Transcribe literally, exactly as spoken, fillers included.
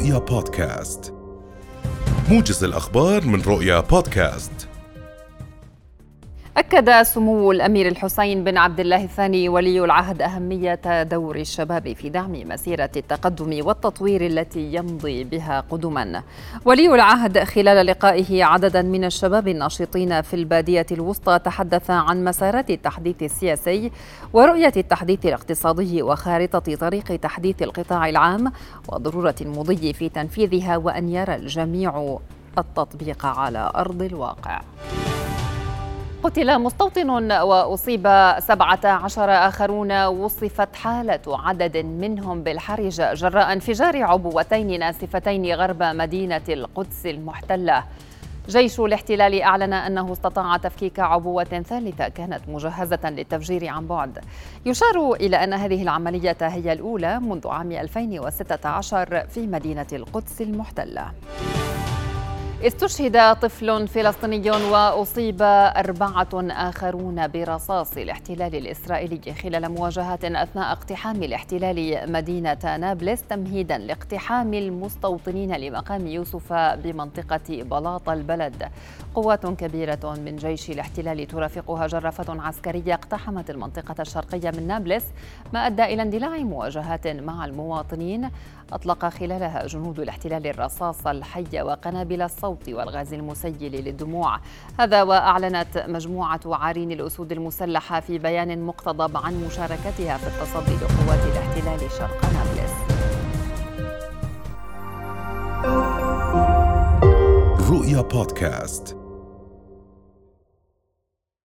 رؤيا بودكاست، موجز الأخبار من رؤيا بودكاست. أكد سمو الأمير الحسين بن عبد الله الثاني ولي العهد أهمية دور الشباب في دعم مسيرة التقدم والتطوير التي يمضي بها قدما. ولي العهد خلال لقائه عددا من الشباب الناشطين في البادية الوسطى تحدث عن مسارات التحديث السياسي ورؤية التحديث الاقتصادي وخارطة طريق تحديث القطاع العام وضرورة المضي في تنفيذها، وأن يرى الجميع التطبيق على أرض الواقع. قتل مستوطن وأصيب سبعة عشر آخرون، وصفت حالة عدد منهم بالحرجة جراء انفجار عبوتين ناسفتين غرب مدينة القدس المحتلة. جيش الاحتلال أعلن أنه استطاع تفكيك عبوة ثالثة كانت مجهزة للتفجير عن بعد. يشار إلى أن هذه العملية هي الأولى منذ عام ألفين وستة عشر في مدينة القدس المحتلة. استشهد طفل فلسطيني وأصيب أربعة آخرون برصاص الاحتلال الإسرائيلي خلال مواجهات أثناء اقتحام الاحتلال مدينة نابلس تمهيدا لاقتحام المستوطنين لمقام يوسف بمنطقة بلاط البلد. قوات كبيرة من جيش الاحتلال ترافقها جرافة عسكرية اقتحمت المنطقة الشرقية من نابلس، ما أدى إلى اندلاع مواجهات مع المواطنين أطلق خلالها جنود الاحتلال الرصاص الحي وقنابل الصوت والغاز المسيل للدموع. هذا وأعلنت مجموعة عارين الأسود المسلحة في بيان مقتضب عن مشاركتها في التصدي لقوات الاحتلال شرق نابلس. رؤيا بودكاست.